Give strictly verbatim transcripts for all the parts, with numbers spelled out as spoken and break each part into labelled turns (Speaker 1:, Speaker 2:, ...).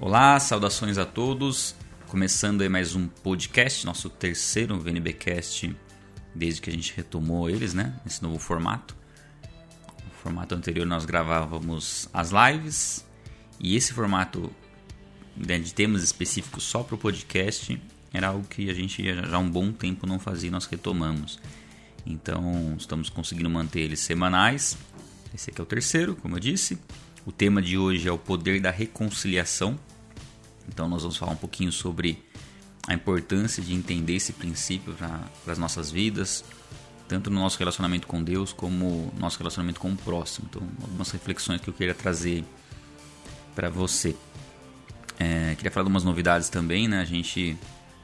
Speaker 1: Olá, saudações a todos. Começando aí mais um podcast, nosso terceiro VNBcast, desde que a gente retomou eles, né? Nesse novo formato. No formato anterior nós gravávamos as lives e esse formato, né, de temas específicos só para o podcast era algo que a gente já há um bom tempo não fazia e nós retomamos. Então estamos conseguindo manter eles semanais. Esse aqui é o terceiro, como eu disse. O tema de hoje é o poder da reconciliação. Então nós vamos falar um pouquinho sobre a importância de entender esse princípio para as nossas vidas, tanto no nosso relacionamento com Deus como no nosso relacionamento com o próximo. Então, algumas reflexões que eu queria trazer para você. É, queria falar de umas novidades também, né? A gente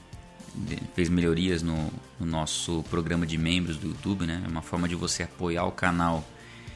Speaker 1: fez melhorias no, no nosso programa de membros do YouTube, né? É uma forma de você apoiar o canal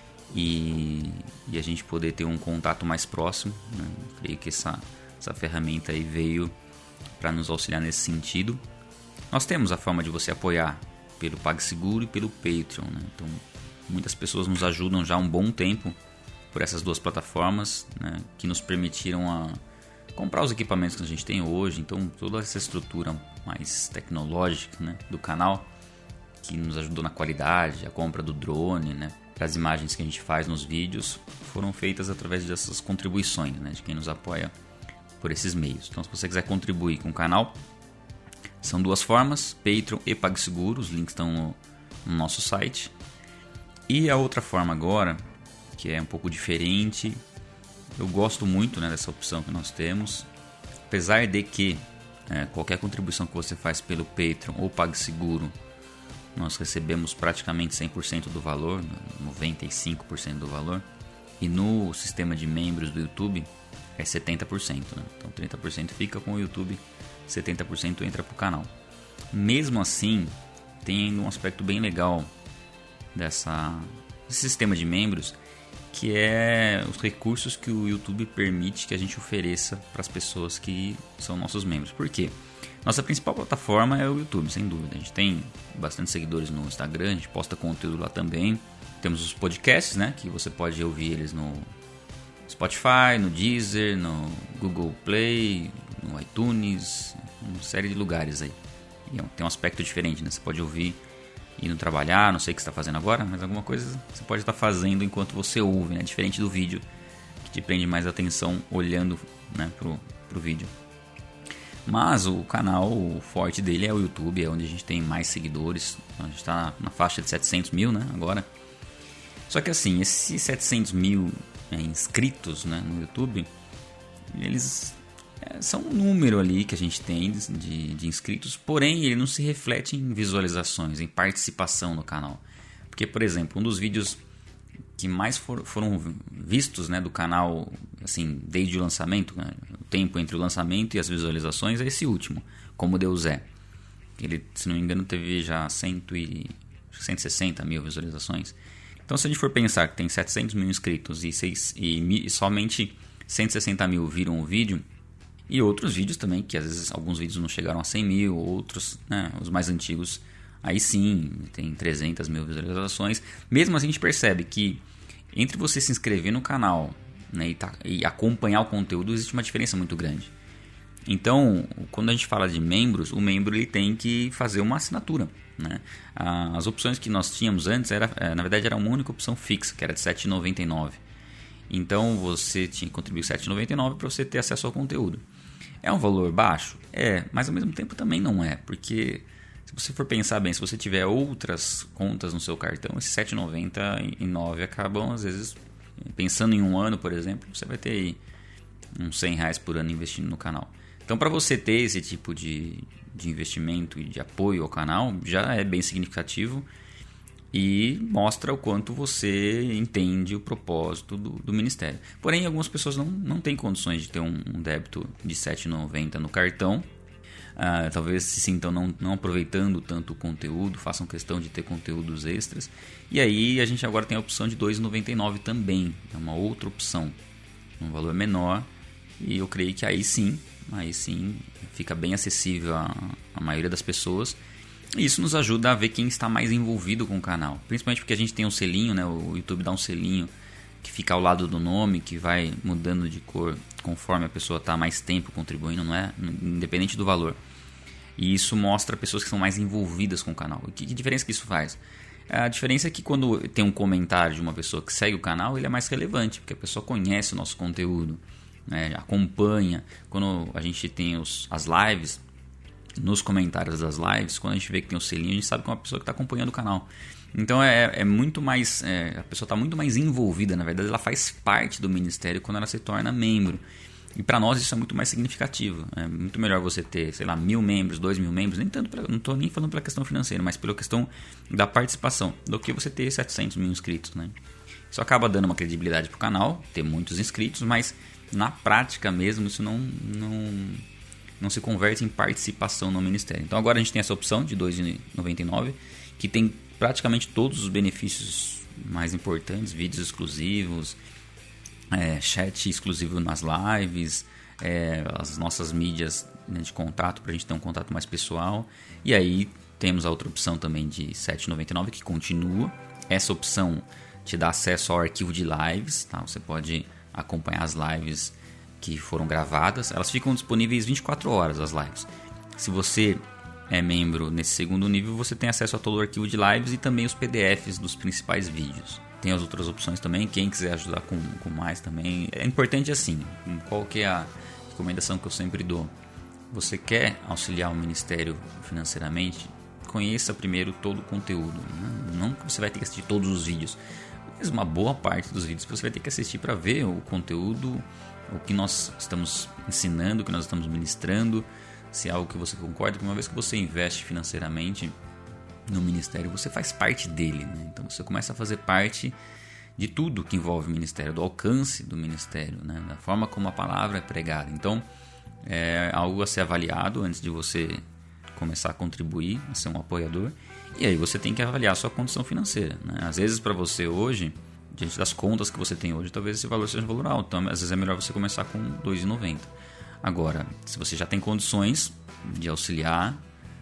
Speaker 1: e, e a gente poder ter um contato mais próximo, né? Eu creio que essa, essa ferramenta aí veio para nos auxiliar nesse sentido. Nós temos a forma de você apoiar pelo PagSeguro e pelo Patreon, né? Então, muitas pessoas nos ajudam já há um bom tempo por essas duas plataformas, né? Que nos permitiram a comprar os equipamentos que a gente tem hoje. Então, toda essa estrutura mais tecnológica, né, do canal, que nos ajudou na qualidade, a compra do drone, né, as imagens que a gente faz nos vídeos, foram feitas através dessas contribuições, né, de quem nos apoia por esses meios. Então, se você quiser contribuir com o canal, são duas formas, Patreon e PagSeguro, os links estão no, no nosso site. E a outra forma agora, que é um pouco diferente, eu gosto muito, né, dessa opção que nós temos, apesar de que é, qualquer contribuição que você faz pelo Patreon ou PagSeguro, nós recebemos praticamente cem por cento do valor, noventa e cinco por cento do valor, e no sistema de membros do YouTube é setenta por cento, né? Então trinta por cento fica com o YouTube, setenta por cento entra para o canal. Mesmo assim, tem um aspecto bem legal dessa, desse sistema de membros, que é os recursos que o YouTube permite que a gente ofereça para as pessoas que são nossos membros. Por quê? Nossa principal plataforma é o YouTube, sem dúvida. A gente tem bastante seguidores no Instagram, a gente posta conteúdo lá também. Temos os podcasts, né, que você pode ouvir eles no Spotify, no Deezer, no Google Play, no iTunes, uma série de lugares aí. E tem um aspecto diferente, né? Você pode ouvir indo trabalhar, não sei o que você está fazendo agora, mas alguma coisa você pode estar fazendo enquanto você ouve, né? Diferente do vídeo, que te prende mais atenção olhando, né, pro, pro vídeo. Mas o canal, o forte dele é o YouTube, é onde a gente tem mais seguidores. A gente está na faixa de setecentos mil, né, agora. Só que assim, esses setecentos mil é, inscritos, né, no YouTube, eles é, são um número ali que a gente tem de, de inscritos, porém ele não se reflete em visualizações, em participação no canal. Porque, por exemplo, um dos vídeos que mais for, foram vistos, né, do canal, assim, desde o lançamento, né, o tempo entre o lançamento e as visualizações, é esse último, Como Deus É. Ele, se não me engano, teve já cento e sessenta mil visualizações. Então, se a gente for pensar que tem setecentos mil inscritos e, seis, e, e somente cento e sessenta mil viram o vídeo, e outros vídeos também, que às vezes alguns vídeos não chegaram a cem mil, outros, né, os mais antigos, aí sim, tem trezentas mil visualizações. Mesmo assim, a gente percebe que entre você se inscrever no canal, né, e, tá, e acompanhar o conteúdo, existe uma diferença muito grande. Então, quando a gente fala de membros, o membro ele tem que fazer uma assinatura, né? As opções que nós tínhamos antes, era, na verdade, era uma única opção fixa, que era de sete reais e noventa e nove centavos. Então, você tinha que contribuir sete reais e noventa e nove centavos para você ter acesso ao conteúdo. É um valor baixo? É, mas ao mesmo tempo também não é, porque se você for pensar bem, se você tiver outras contas no seu cartão, esses sete reais e noventa e nove centavos acabam, às vezes, pensando em um ano, por exemplo, você vai ter aí uns cem reais por ano investindo no canal. Então, para você ter esse tipo de, de investimento e de apoio ao canal, já é bem significativo e mostra o quanto você entende o propósito do, do ministério. Porém, algumas pessoas não, não têm condições de ter um, um débito de sete reais e noventa centavos no cartão. Ah, talvez se sintam não, não aproveitando tanto o conteúdo, façam questão de ter conteúdos extras. E aí a gente agora tem a opção de dois reais e noventa e nove centavos também. É uma outra opção, um valor menor. E eu creio que aí sim, aí sim fica bem acessível à, à maioria das pessoas. E isso nos ajuda a ver quem está mais envolvido com o canal. Principalmente porque a gente tem um selinho, né? O YouTube dá um selinho que fica ao lado do nome, que vai mudando de cor conforme a pessoa está mais tempo contribuindo, não é? Independente do valor. E isso mostra pessoas que são mais envolvidas com o canal. E que, que diferença que isso faz? A diferença é que quando tem um comentário de uma pessoa que segue o canal, ele é mais relevante, porque a pessoa conhece o nosso conteúdo, né? Acompanha. Quando a gente tem os, as lives, nos comentários das lives, quando a gente vê que tem o selinho, a gente sabe que é uma pessoa que está acompanhando o canal. Então é, é muito mais, é, a pessoa está muito mais envolvida, na verdade ela faz parte do ministério quando ela se torna membro. E para nós isso é muito mais significativo. É muito melhor você ter, sei lá, mil membros, dois mil membros, nem tanto pra, não estou nem falando pela questão financeira, mas pela questão da participação, do que você ter setecentos mil inscritos, né? Isso acaba dando uma credibilidade para o canal, ter muitos inscritos, mas na prática mesmo isso não, não, não se converte em participação no ministério. Então agora a gente tem essa opção de dois reais e noventa e nove centavos, que tem praticamente todos os benefícios mais importantes, vídeos exclusivos, é, chat exclusivo nas lives, é, as nossas mídias, né, de contato, para a gente ter um contato mais pessoal. E aí temos a outra opção também de sete reais e noventa e nove centavos, que continua. Essa opção te dá acesso ao arquivo de lives, tá? Você pode acompanhar as lives que foram gravadas. Elas ficam disponíveis vinte e quatro horas, as lives. Se você é membro nesse segundo nível, você tem acesso a todo o arquivo de lives e também os P D Fs dos principais vídeos. Tem as outras opções também, quem quiser ajudar com, com mais também. É importante assim, qual que é a recomendação que eu sempre dou? Você quer auxiliar o ministério financeiramente? Conheça primeiro todo o conteúdo. Né? Não que você vai ter que assistir todos os vídeos, mas uma boa parte dos vídeos você vai ter que assistir para ver o conteúdo, o que nós estamos ensinando, o que nós estamos ministrando, se é algo que você concorda, porque uma vez que você investe financeiramente no ministério, você faz parte dele, né? Então você começa a fazer parte de tudo que envolve o ministério, do alcance do ministério, né? Da forma como a palavra é pregada. Então é algo a ser avaliado antes de você começar a contribuir, a ser um apoiador. E aí você tem que avaliar a sua condição financeira, né? Às vezes para você hoje, diante das contas que você tem hoje, talvez esse valor seja um valor alto. Então às vezes é melhor você começar com dois reais e noventa centavos. Agora, se você já tem condições de auxiliar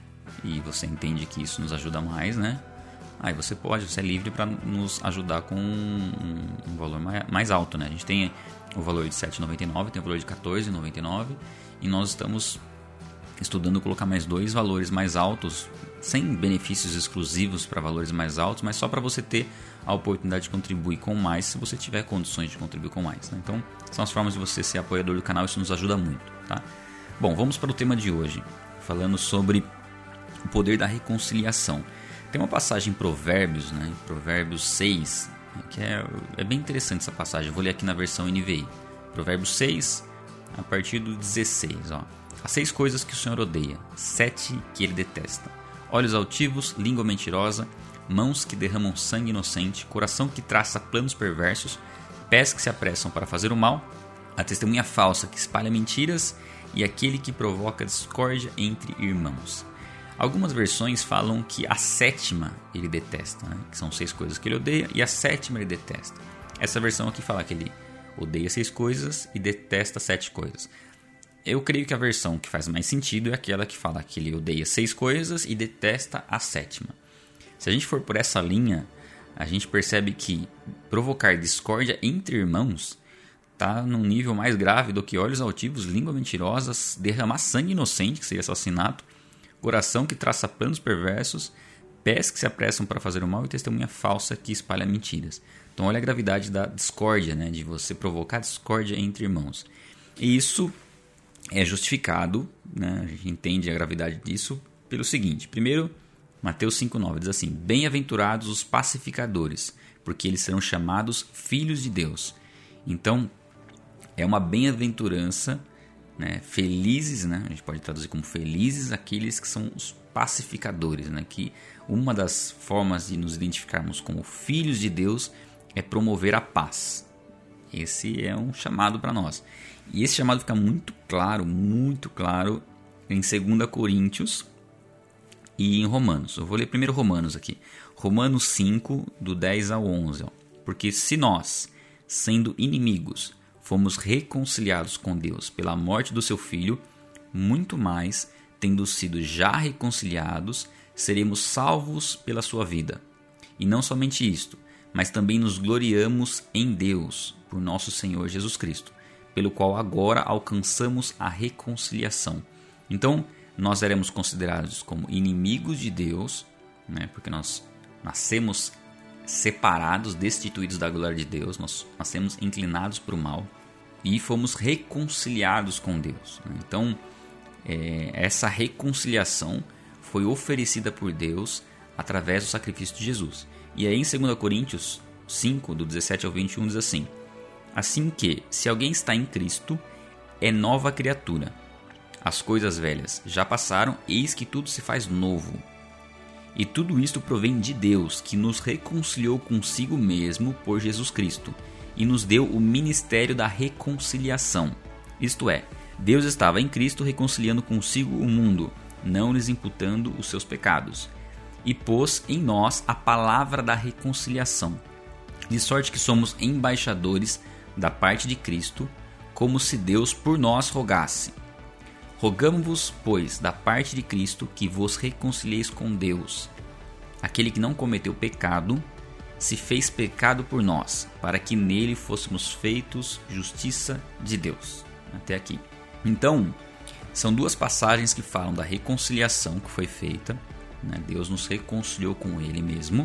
Speaker 1: e você entende que isso nos ajuda mais, né? Aí você pode, você é livre para nos ajudar com um, um valor mais, mais alto, né? A gente tem o valor de sete reais e noventa e nove centavos, tem o valor de quatorze reais e noventa e nove centavos e nós estamos estudando colocar mais dois valores mais altos, sem benefícios exclusivos para valores mais altos, mas só para você ter a oportunidade de contribuir com mais, se você tiver condições de contribuir com mais, né? Então, são as formas de você ser apoiador do canal, isso nos ajuda muito, tá? Bom, vamos para o tema de hoje, falando sobre o poder da reconciliação. Tem uma passagem em Provérbios, né? Provérbios seis, que é, é bem interessante essa passagem. Eu vou ler aqui na versão N V I. Provérbios seis, a partir do dezesseis, ó. As seis coisas que o Senhor odeia, sete que ele detesta: olhos altivos, língua mentirosa, mãos que derramam sangue inocente, coração que traça planos perversos, pés que se apressam para fazer o mal, a testemunha falsa que espalha mentiras e aquele que provoca discórdia entre irmãos. Algumas versões falam que a sétima ele detesta, né? Que são seis coisas que ele odeia, e a sétima ele detesta. Essa versão aqui fala que ele odeia seis coisas e detesta sete coisas. Eu creio que a versão que faz mais sentido é aquela que fala que ele odeia seis coisas e detesta a sétima. Se a gente for por essa linha, a gente percebe que provocar discórdia entre irmãos está num nível mais grave do que olhos altivos, língua mentirosa, derramar sangue inocente, que seria assassinato, coração que traça planos perversos, pés que se apressam para fazer o mal e testemunha falsa que espalha mentiras. Então olha a gravidade da discórdia, né? De você provocar discórdia entre irmãos. E isso é justificado, né? A gente entende a gravidade disso pelo seguinte. Primeiro, Mateus cinco nove diz assim: bem-aventurados os pacificadores, porque eles serão chamados filhos de Deus. Então, é uma bem-aventurança, né? Felizes, né? A gente pode traduzir como felizes aqueles que são os pacificadores, né? Que uma das formas de nos identificarmos como filhos de Deus é promover a paz. Esse é um chamado para nós. E esse chamado fica muito claro, muito claro em dois Coríntios e em Romanos. Eu vou ler primeiro Romanos aqui. Romanos cinco, do dez ao onze. Ó. Porque se nós, sendo inimigos, fomos reconciliados com Deus pela morte do seu Filho, muito mais, tendo sido já reconciliados, seremos salvos pela sua vida. E não somente isto, mas também nos gloriamos em Deus, por nosso Senhor Jesus Cristo, pelo qual agora alcançamos a reconciliação. Então, nós éramos considerados como inimigos de Deus, né, porque nós nascemos separados, destituídos da glória de Deus, nós nascemos inclinados para o mal e fomos reconciliados com Deus. Então, é, essa reconciliação foi oferecida por Deus através do sacrifício de Jesus. E aí em dois Coríntios cinco, do dezessete ao vinte e um, diz assim: assim que, se alguém está em Cristo, é nova criatura. As coisas velhas já passaram, eis que tudo se faz novo. E tudo isto provém de Deus, que nos reconciliou consigo mesmo por Jesus Cristo, e nos deu o ministério da reconciliação. Isto é, Deus estava em Cristo reconciliando consigo o mundo, não lhes imputando os seus pecados, e pôs em nós a palavra da reconciliação, de sorte que somos embaixadores da parte de Cristo, como se Deus por nós rogasse. Rogamo-vos, pois, da parte de Cristo, que vos reconcilieis com Deus. Aquele que não cometeu pecado, se fez pecado por nós, para que nele fôssemos feitos justiça de Deus. Até aqui. Então, são duas passagens que falam da reconciliação que foi feita, né? Deus nos reconciliou com Ele mesmo.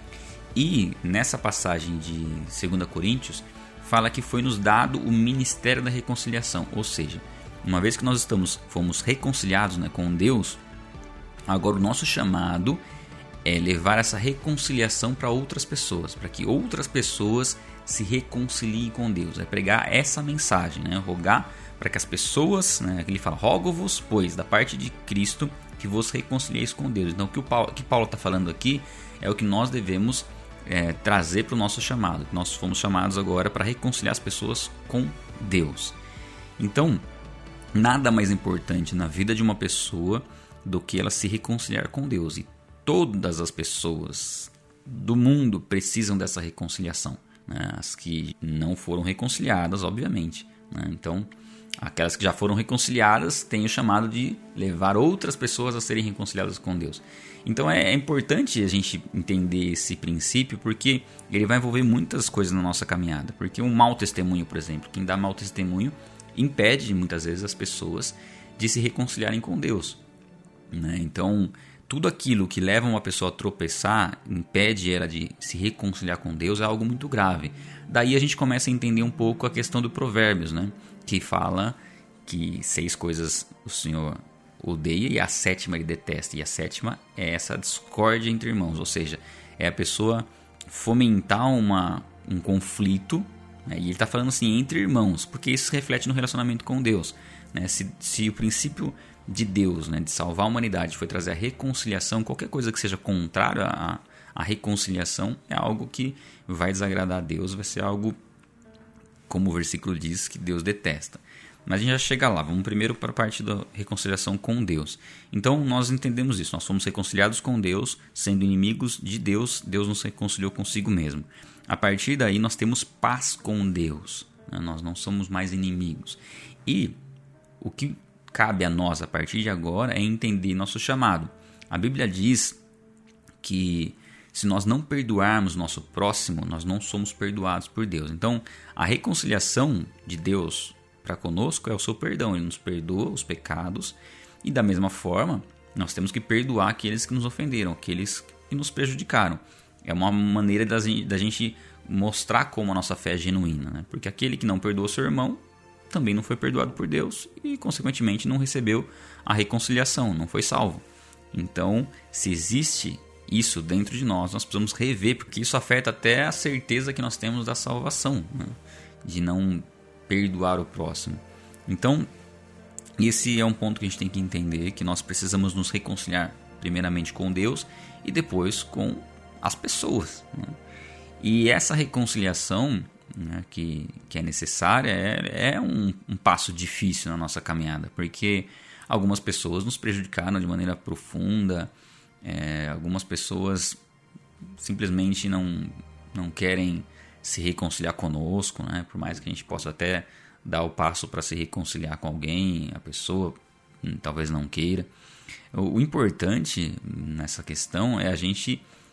Speaker 1: E nessa passagem de dois Coríntios, fala que foi nos dado o ministério da reconciliação, ou seja, uma vez que nós estamos, fomos reconciliados, né, com Deus, agora o nosso chamado é levar essa reconciliação para outras pessoas, para que outras pessoas se reconciliem com Deus, é pregar essa mensagem, né, rogar para que as pessoas, né, ele fala, rogo-vos, pois, da parte de Cristo, que vos reconcilieis com Deus. Então o que o Paulo que Paulo está falando aqui é o que nós devemos é, trazer para o nosso chamado, nós fomos chamados agora para reconciliar as pessoas com Deus. Então, nada mais importante na vida de uma pessoa do que ela se reconciliar com Deus. E todas as pessoas do mundo precisam dessa reconciliação, né? As que não foram reconciliadas, obviamente, né? Então, aquelas que já foram reconciliadas têm o chamado de levar outras pessoas a serem reconciliadas com Deus. Então é, é importante a gente entender esse princípio, porque ele vai envolver muitas coisas na nossa caminhada. Porque um mau testemunho, por exemplo, quem dá mau testemunho impede muitas vezes as pessoas de se reconciliarem com Deus, né? Então, tudo aquilo que leva uma pessoa a tropeçar, impede ela de se reconciliar com Deus, é algo muito grave. Daí a gente começa a entender um pouco a questão do Provérbios, né? Que fala que seis coisas o Senhor odeia e a sétima ele detesta. E a sétima é essa discórdia entre irmãos, ou seja, é a pessoa fomentar uma, um conflito. E ele está falando assim, entre irmãos, porque isso se reflete no relacionamento com Deus, né? Se, se o princípio de Deus, né, de salvar a humanidade, foi trazer a reconciliação, qualquer coisa que seja contrária à, à reconciliação é algo que vai desagradar a Deus, vai ser algo, como o versículo diz, que Deus detesta. Mas a gente já chega lá, vamos primeiro para a parte da reconciliação com Deus. Então nós entendemos isso, nós fomos reconciliados com Deus, sendo inimigos de Deus, Deus nos reconciliou consigo mesmo. A partir daí nós temos paz com Deus, né? Nós não somos mais inimigos. E o que cabe a nós a partir de agora é entender nosso chamado. A Bíblia diz que se nós não perdoarmos nosso próximo, nós não somos perdoados por Deus. Então a reconciliação de Deus para conosco é o seu perdão, Ele nos perdoa os pecados e da mesma forma nós temos que perdoar aqueles que nos ofenderam, aqueles que nos prejudicaram. É uma maneira da gente mostrar como a nossa fé é genuína, né? Porque aquele que não perdoou seu irmão também não foi perdoado por Deus e, consequentemente, não recebeu a reconciliação, não foi salvo. Então, se existe isso dentro de nós, nós precisamos rever, porque isso afeta até a certeza que nós temos da salvação, né? De não perdoar o próximo. Então, esse é um ponto que a gente tem que entender, que nós precisamos nos reconciliar primeiramente com Deus e depois com as pessoas, né? E essa reconciliação, né, que, que é necessária é, é um, um passo difícil na nossa caminhada, porque algumas pessoas nos prejudicaram de maneira profunda, é, algumas pessoas simplesmente não, não querem se reconciliar conosco, né? Por mais que a gente possa até dar o passo para se reconciliar com alguém, a pessoa hum, talvez não queira. O, o importante nessa questão é a gente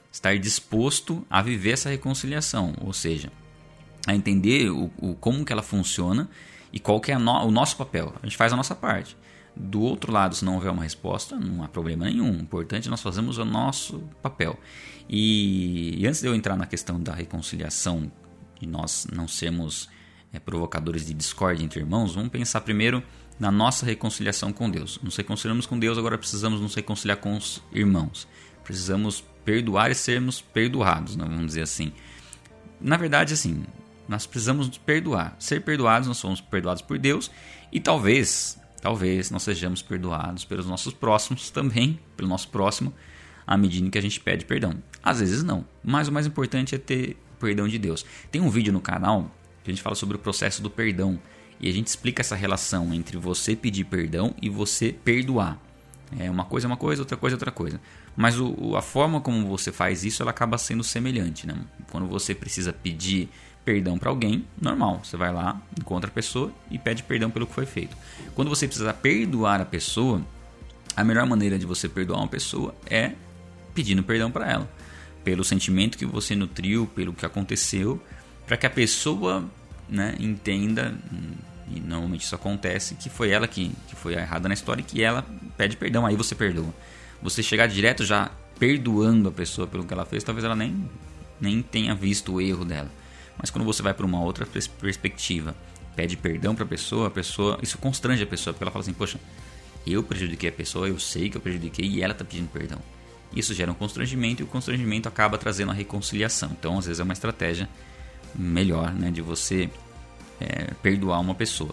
Speaker 1: estar disposto a viver essa reconciliação, ou seja, a entender o, o, como que ela funciona e qual que é no, o nosso papel. A gente faz a nossa parte. Do outro lado, se não houver uma resposta, não há problema nenhum. O importante é nós fazermos o nosso papel. E, e antes de eu entrar na questão da reconciliação, de nós não sermos é, provocadores de discórdia entre irmãos, vamos pensar primeiro na nossa reconciliação com Deus. Nos reconciliamos com Deus, agora precisamos nos reconciliar com os irmãos. Precisamos perdoar e sermos perdoados, né? Vamos dizer assim. Na verdade, assim, nós precisamos nos perdoar. Ser perdoados, nós somos perdoados por Deus e talvez... Talvez nós sejamos perdoados pelos nossos próximos também, pelo nosso próximo, à medida em que a gente pede perdão. Às vezes não, mas o mais importante é ter perdão de Deus. Tem um vídeo no canal que a gente fala sobre o processo do perdão e a gente explica essa relação entre você pedir perdão e você perdoar. É, uma coisa é uma coisa, outra coisa é outra coisa. Mas o, a forma como você faz isso, ela acaba sendo semelhante, né? Quando você precisa pedir perdão para alguém, normal, você vai lá, encontra a pessoa e pede perdão pelo que foi feito. Quando você precisa perdoar a pessoa, a melhor maneira de você perdoar uma pessoa é pedindo perdão para ela, pelo sentimento que você nutriu, pelo que aconteceu, para que a pessoa, né, entenda, e normalmente isso acontece, que foi ela que, que foi a errada na história e que ela pede perdão, aí você perdoa. Você chegar direto já perdoando a pessoa pelo que ela fez, talvez ela nem, nem tenha visto o erro dela. Mas quando você vai para uma outra perspectiva, pede perdão para a pessoa, a pessoa, isso constrange a pessoa, porque ela fala assim, poxa, eu prejudiquei a pessoa, eu sei que eu prejudiquei e ela está pedindo perdão. Isso gera um constrangimento e o constrangimento acaba trazendo a reconciliação. Então, às vezes é uma estratégia melhor, né, de você é, perdoar uma pessoa.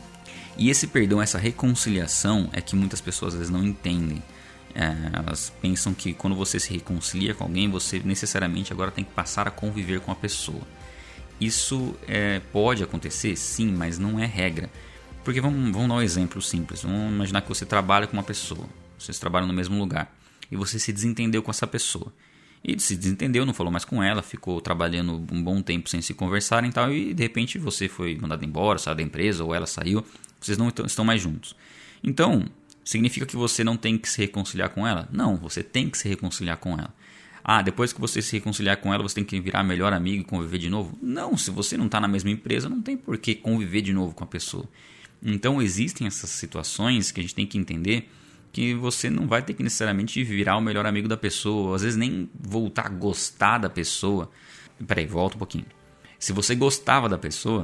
Speaker 1: E esse perdão, essa reconciliação é que muitas pessoas às vezes não entendem. É, elas pensam que quando você se reconcilia com alguém, você necessariamente agora tem que passar a conviver com a pessoa. Isso é, pode acontecer, sim, mas não é regra. Porque vamos, vamos dar um exemplo simples. Vamos imaginar que você trabalha com uma pessoa. Vocês trabalham no mesmo lugar. E você se desentendeu com essa pessoa. E se desentendeu, não falou mais com ela, ficou trabalhando um bom tempo sem se conversarem e tal. E de repente você foi mandado embora, saiu da empresa ou ela saiu. Vocês não estão mais juntos. Então, significa que você não tem que se reconciliar com ela? Não, você tem que se reconciliar com ela. Ah, depois que você se reconciliar com ela, você tem que virar melhor amigo e conviver de novo? Não, se você não está na mesma empresa, não tem por que conviver de novo com a pessoa. Então existem essas situações que a gente tem que entender que você não vai ter que necessariamente virar o melhor amigo da pessoa, às vezes nem voltar a gostar da pessoa. Peraí, volta um pouquinho. Se você gostava da pessoa,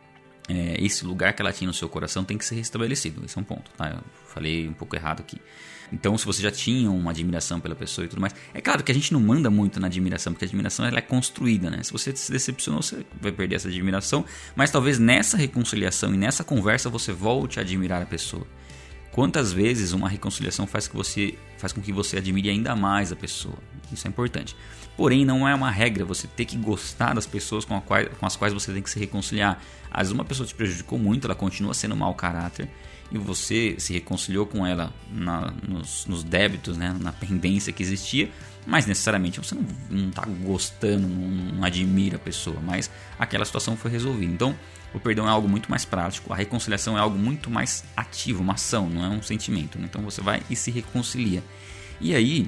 Speaker 1: é, esse lugar que ela tinha no seu coração tem que ser restabelecido. Esse é um ponto, tá? Eu falei um pouco errado aqui. Então, se você já tinha uma admiração pela pessoa e tudo mais... É claro que a gente não manda muito na admiração, porque a admiração ela é construída, né? Se você se decepcionou, você vai perder essa admiração. Mas talvez nessa reconciliação e nessa conversa você volte a admirar a pessoa. Quantas vezes uma reconciliação faz, que você, faz com que você admire ainda mais a pessoa? Isso é importante. Porém, não é uma regra você ter que gostar das pessoas com, a qual, com as quais você tem que se reconciliar. Às vezes uma pessoa te prejudicou muito, ela continua sendo mau caráter e você se reconciliou com ela na, nos, nos débitos, né, na pendência que existia, mas necessariamente você não está gostando, não, não admira a pessoa, mas aquela situação foi resolvida. Então, o perdão é algo muito mais prático, a reconciliação é algo muito mais ativo, uma ação, não é um sentimento. Então você vai e se reconcilia. E aí,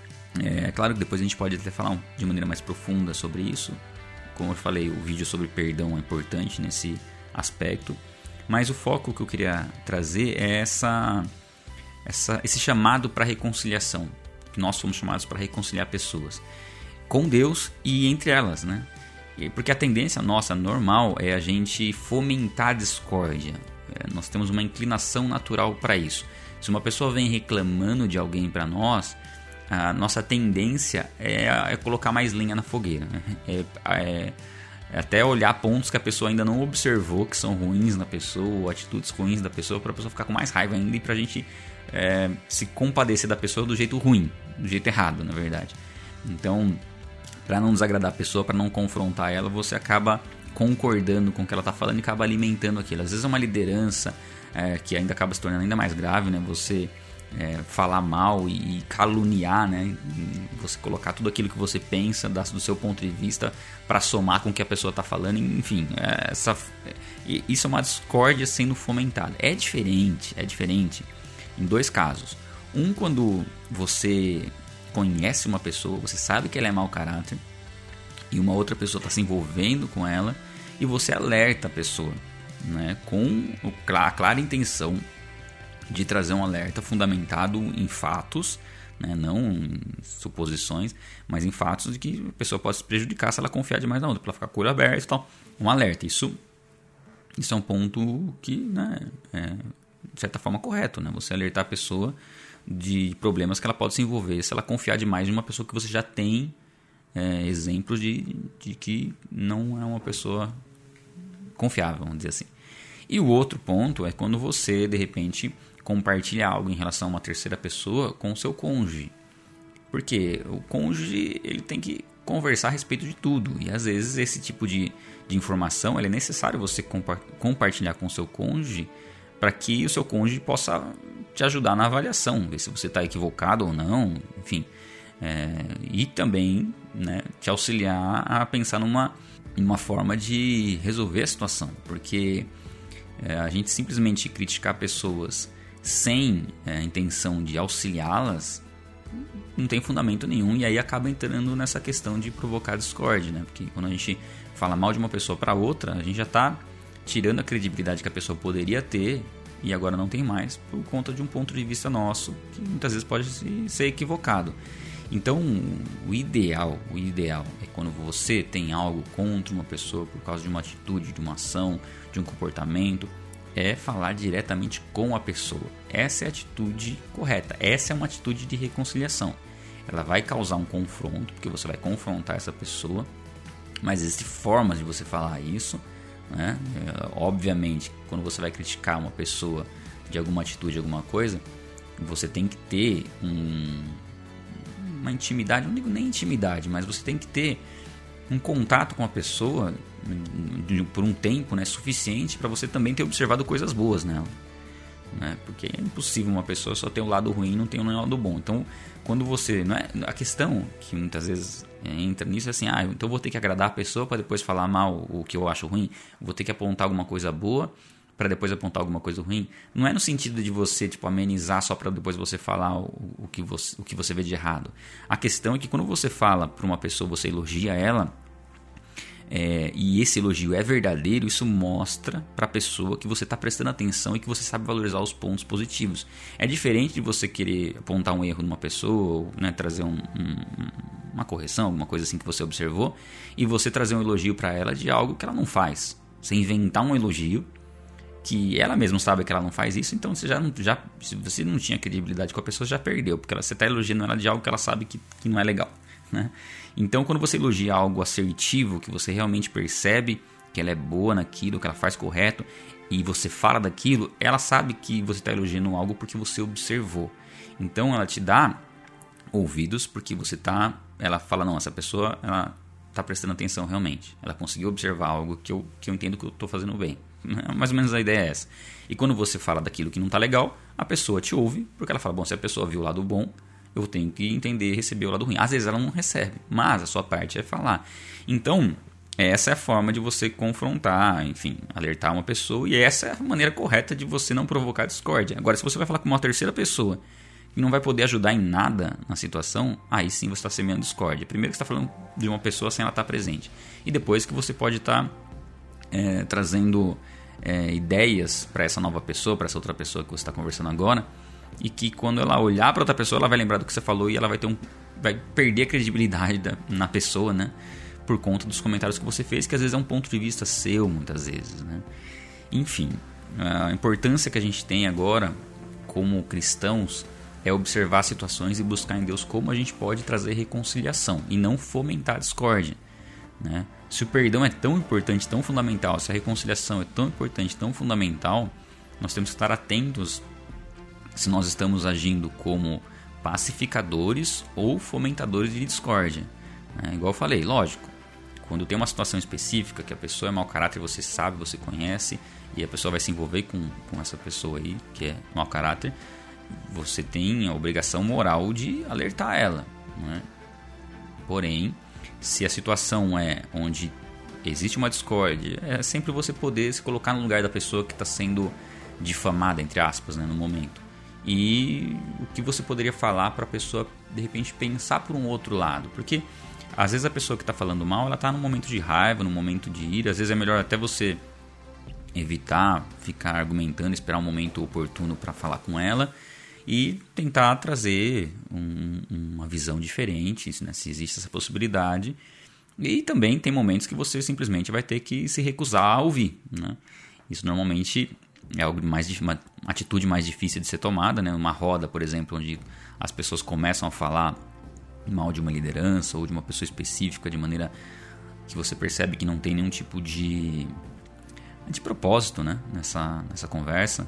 Speaker 1: é claro que depois a gente pode até falar de maneira mais profunda sobre isso. Como eu falei, o vídeo sobre perdão é importante nesse aspecto. Mas o foco que eu queria trazer é essa, essa, esse chamado para reconciliação. Que nós somos chamados para reconciliar pessoas com Deus e entre elas, né? Porque a tendência nossa normal é a gente fomentar a discórdia. É, nós temos uma inclinação natural para isso. Se uma pessoa vem reclamando de alguém para nós, a nossa tendência é, é colocar mais lenha na fogueira. Né? É, é, é até olhar pontos que a pessoa ainda não observou, que são ruins na pessoa, ou atitudes ruins da pessoa, para a pessoa ficar com mais raiva ainda e para a gente é, se compadecer da pessoa do jeito ruim, do jeito errado, na verdade. Então, para não desagradar a pessoa, para não confrontar ela, você acaba concordando com o que ela está falando e acaba alimentando aquilo. Às vezes é uma liderança é, que ainda acaba se tornando ainda mais grave, né? Você é, falar mal e, e caluniar, né? E você colocar tudo aquilo que você pensa do seu ponto de vista para somar com o que a pessoa está falando. Enfim, é, essa, isso é uma discórdia sendo fomentada. É diferente, é diferente em dois casos. Um, quando você conhece uma pessoa, você sabe que ela é mau caráter e uma outra pessoa está se envolvendo com ela e você alerta a pessoa, né, com a clara intenção de trazer um alerta fundamentado em fatos, né, não em suposições, mas em fatos de que a pessoa pode se prejudicar se ela confiar demais na outra, para ela ficar com o olho aberto e tal. Um alerta, isso, isso é um ponto que, né, é de certa forma correto, né, você alertar a pessoa de problemas que ela pode se envolver se ela confiar demais em uma pessoa que você já tem é, exemplos de, de que não é uma pessoa confiável, vamos dizer assim. E o outro ponto é quando você, de repente, compartilha algo em relação a uma terceira pessoa com o seu cônjuge. Porque o cônjuge ele tem que conversar a respeito de tudo. E às vezes esse tipo de, de informação ele é necessário você compa- compartilhar com o seu cônjuge para que o seu cônjuge possa te ajudar na avaliação, ver se você está equivocado ou não, enfim. É, e também, né, te auxiliar a pensar numa, numa forma de resolver a situação. Porque é, a gente simplesmente criticar pessoas sem é, a intenção de auxiliá-las não tem fundamento nenhum, e aí acaba entrando nessa questão de provocar discórdia, né? Porque quando a gente fala mal de uma pessoa para outra, a gente já está tirando a credibilidade que a pessoa poderia ter e agora não tem mais por conta de um ponto de vista nosso que muitas vezes pode ser equivocado. Então, o ideal, o ideal é quando você tem algo contra uma pessoa por causa de uma atitude, de uma ação, de um comportamento, é falar diretamente com a pessoa. Essa é a atitude correta. Essa é uma atitude de reconciliação. Ela vai causar um confronto, porque você vai confrontar essa pessoa, mas existem formas de você falar isso, né? É, obviamente, quando você vai criticar uma pessoa de alguma atitude, alguma coisa, você tem que ter um, uma intimidade, não digo nem intimidade, mas você tem que ter um contato com a pessoa por um tempo, né, suficiente para você também ter observado coisas boas nela, né? Porque é impossível uma pessoa só ter o lado ruim e não ter o lado bom. Então, quando você, não é, a questão que muitas vezes entra nisso é assim, ah, então eu vou ter que agradar a pessoa para depois falar mal o que eu acho ruim, vou ter que apontar alguma coisa boa para depois apontar alguma coisa ruim. Não é no sentido de você tipo amenizar só para depois você falar o, o, que você, o que você vê de errado. A questão é que quando você fala para uma pessoa, você elogia ela, É, e esse elogio é verdadeiro, isso mostra para a pessoa que você está prestando atenção e que você sabe valorizar os pontos positivos. É diferente de você querer apontar um erro numa pessoa, ou, né, trazer um, um, uma correção, alguma coisa assim que você observou, e você trazer um elogio para ela de algo que ela não faz. Você inventar um elogio que ela mesma sabe que ela não faz isso, então você já não, já, se você não tinha credibilidade com a pessoa, já perdeu, porque ela, você está elogiando ela de algo que ela sabe que, que não é legal, né? Então, quando você elogia algo assertivo, que você realmente percebe que ela é boa naquilo, que ela faz correto, e você fala daquilo, ela sabe que você está elogiando algo porque você observou. Então, ela te dá ouvidos porque você está... Ela fala, não, essa pessoa ela está prestando atenção realmente. Ela conseguiu observar algo que eu, que eu entendo que eu estou fazendo bem. Mais ou menos a ideia é essa. E quando você fala daquilo que não está legal, a pessoa te ouve, porque ela fala, bom, se a pessoa viu o lado bom, eu tenho que entender e receber o lado ruim. Às vezes ela não recebe, mas a sua parte é falar. Então, essa é a forma de você confrontar, enfim, alertar uma pessoa. E essa é a maneira correta de você não provocar discórdia. Agora, se você vai falar com uma terceira pessoa que não vai poder ajudar em nada na situação, aí sim você está semeando discórdia. Primeiro que você está falando de uma pessoa sem ela estar presente. E depois que você pode estar é, trazendo é, ideias para essa nova pessoa, para essa outra pessoa que você está conversando agora, e que quando ela olhar para outra pessoa, ela vai lembrar do que você falou e ela vai ter um, vai perder a credibilidade da, na pessoa, né? Por conta dos comentários que você fez, que às vezes é um ponto de vista seu, muitas vezes, né? Enfim, a importância que a gente tem agora como cristãos é observar situações e buscar em Deus como a gente pode trazer reconciliação e não fomentar a discórdia, né? Se o perdão é tão importante, tão fundamental, se a reconciliação é tão importante, tão fundamental, nós temos que estar atentos se nós estamos agindo como pacificadores ou fomentadores de discórdia. É, igual eu falei, lógico, quando tem uma situação específica que a pessoa é mau caráter, você sabe, você conhece, e a pessoa vai se envolver com, com essa pessoa aí, que é mau caráter, você tem a obrigação moral de alertar ela, não é? Porém, se a situação é onde existe uma discórdia, é sempre você poder se colocar no lugar da pessoa que está sendo difamada, entre aspas, né, no momento. e o que você poderia falar para a pessoa, de repente, pensar por um outro lado. Porque às vezes a pessoa que está falando mal, ela está num momento de raiva, num momento de ira. Às vezes é melhor até você evitar ficar argumentando, esperar um momento oportuno para falar com ela e tentar trazer um, uma visão diferente, né, se existe essa possibilidade. E também tem momentos que você simplesmente vai ter que se recusar a ouvir, né? Isso normalmente é algo mais, uma atitude mais difícil de ser tomada, né? Uma roda, por exemplo, onde as pessoas começam a falar mal de uma liderança ou de uma pessoa específica de maneira que você percebe que não tem nenhum tipo de, de propósito, né? nessa, nessa conversa,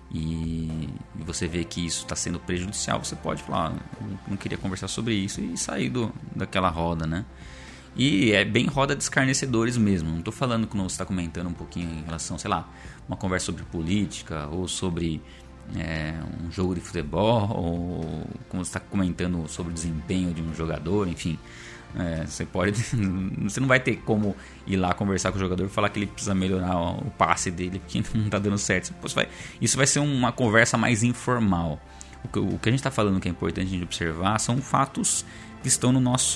Speaker 1: e você vê que isso está sendo prejudicial, você pode falar, eu não queria conversar sobre isso, e sair do, daquela roda, né? E é bem roda de escarnecedores mesmo. Não estou falando quando você está comentando um pouquinho em relação, sei lá, uma conversa sobre política ou sobre é, um jogo de futebol, ou como você está comentando sobre o desempenho de um jogador, enfim. É, você pode, você não vai ter como ir lá conversar com o jogador e falar que ele precisa melhorar o passe dele porque não está dando certo. Isso vai, isso vai ser uma conversa mais informal. O que, o que a gente está falando que é importante a gente observar são fatos que estão no nosso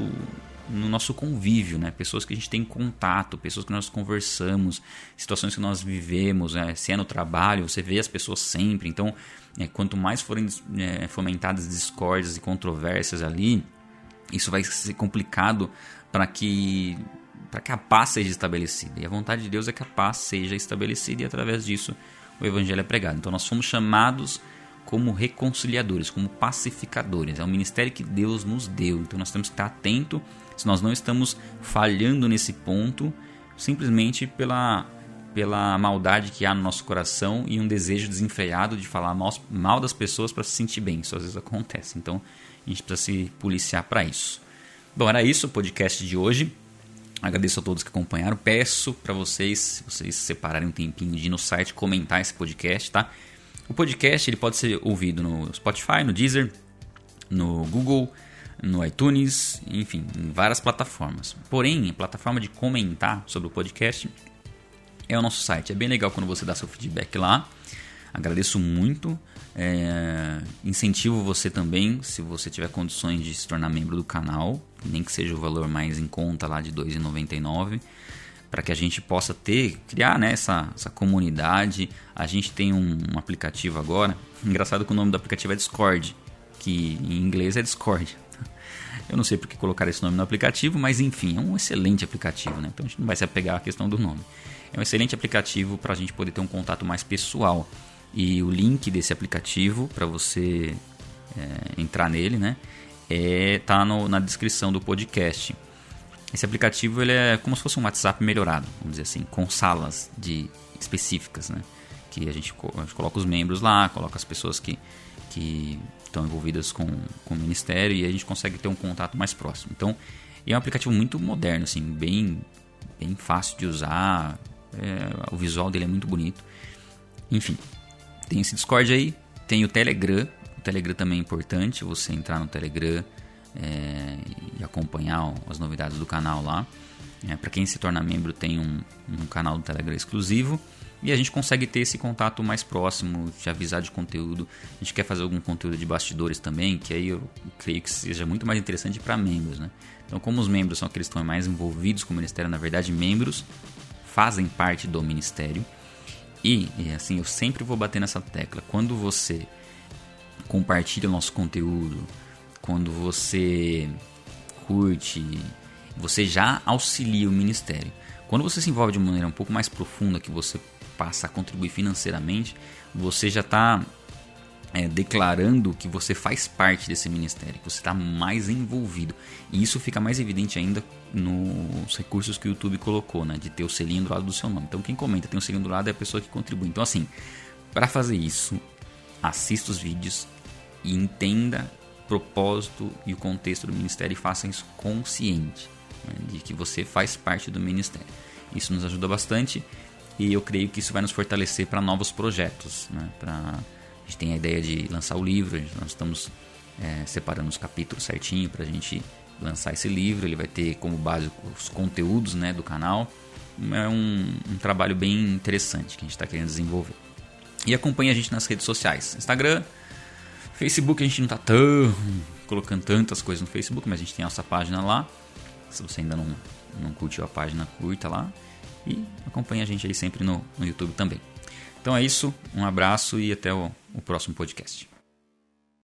Speaker 1: no nosso convívio, né? Pessoas que a gente tem contato, pessoas que nós conversamos, situações que nós vivemos, né? Se é no trabalho, você vê as pessoas sempre. Então, é, quanto mais forem é, fomentadas discórdias e controvérsias ali, isso vai ser complicado para que, para que a paz seja estabelecida. E a vontade de Deus é que a paz seja estabelecida, e através disso o evangelho é pregado. Então nós fomos chamados como reconciliadores, como pacificadores. É um ministério que Deus nos deu. Então nós temos que estar atentos se nós não estamos falhando nesse ponto, simplesmente pela, pela maldade que há no nosso coração e um desejo desenfreado de falar mal das pessoas para se sentir bem. Isso às vezes acontece. Então a gente precisa se policiar para isso. Bom, era isso o podcast de hoje. Agradeço a todos que acompanharam. Peço para vocês, se vocês separarem um tempinho de ir no site comentar esse podcast, tá? O podcast ele pode ser ouvido no Spotify, no Deezer, no Google, no iTunes, enfim, em várias plataformas. Porém, a plataforma de comentar sobre o podcast é o nosso site. É bem legal quando você dá seu feedback lá. Agradeço muito. É, incentivo você também, se você tiver condições de se tornar membro do canal, nem que seja o valor mais em conta lá de dois reais e noventa e nove centavos, para que a gente possa ter, criar, né, essa, essa comunidade. A gente tem um, um aplicativo agora, engraçado que o nome do aplicativo é Discord, que em inglês é Discord. Eu não sei porque colocar esse nome no aplicativo, mas enfim, é um excelente aplicativo, né? Então a gente não vai se apegar à questão do nome. É um excelente aplicativo para a gente poder ter um contato mais pessoal. E o link desse aplicativo, para você é, entrar nele, né, é, tá no, na descrição do podcast. Esse aplicativo ele é como se fosse um WhatsApp melhorado, vamos dizer assim, com salas de, específicas, né, que a gente, a gente coloca os membros lá, coloca as pessoas que, que estão envolvidas com, com o ministério, e a gente consegue ter um contato mais próximo. Então, é um aplicativo muito moderno, assim, bem, bem fácil de usar, é, o visual dele é muito bonito. Enfim, tem esse Discord aí, tem o Telegram. O Telegram também é importante, você entrar no Telegram é, e acompanhar as novidades do canal lá. É, para quem se torna membro, tem um, um canal do Telegram exclusivo. E a gente consegue ter esse contato mais próximo, te avisar de conteúdo. A gente quer fazer algum conteúdo de bastidores também, que aí eu creio que seja muito mais interessante para membros, né? Então, como os membros são aqueles que estão mais envolvidos com o ministério, na verdade, membros fazem parte do ministério. E, e assim, eu sempre vou bater nessa tecla. Quando você compartilha o nosso conteúdo, quando você curte, você já auxilia o ministério. Quando você se envolve de uma maneira um pouco mais profunda, que você passa a contribuir financeiramente, você já está é, declarando que você faz parte desse ministério, que você está mais envolvido. E isso fica mais evidente ainda nos recursos que o YouTube colocou, né, de ter o selinho do lado do seu nome. Então quem comenta tem o selinho do lado é a pessoa que contribui. Então assim, para fazer isso, assista os vídeos e entenda o propósito e o contexto do ministério, e faça isso consciente, né, de que você faz parte do ministério. Isso nos ajuda bastante, e eu creio que isso vai nos fortalecer para novos projetos, né? Pra, a gente tem a ideia de lançar o livro, nós estamos é, separando os capítulos certinho para a gente lançar esse livro. Ele vai ter como base os conteúdos, né, do canal. É um, um trabalho bem interessante que a gente está querendo desenvolver. E acompanhe a gente nas redes sociais. Instagram, Facebook, a gente não tá tão colocando tantas coisas no Facebook, mas a gente tem a nossa página lá. Se você ainda não, não curtiu a página, curta lá. E acompanhe a gente aí sempre no, no YouTube também. Então é isso, um abraço e até o, o próximo podcast.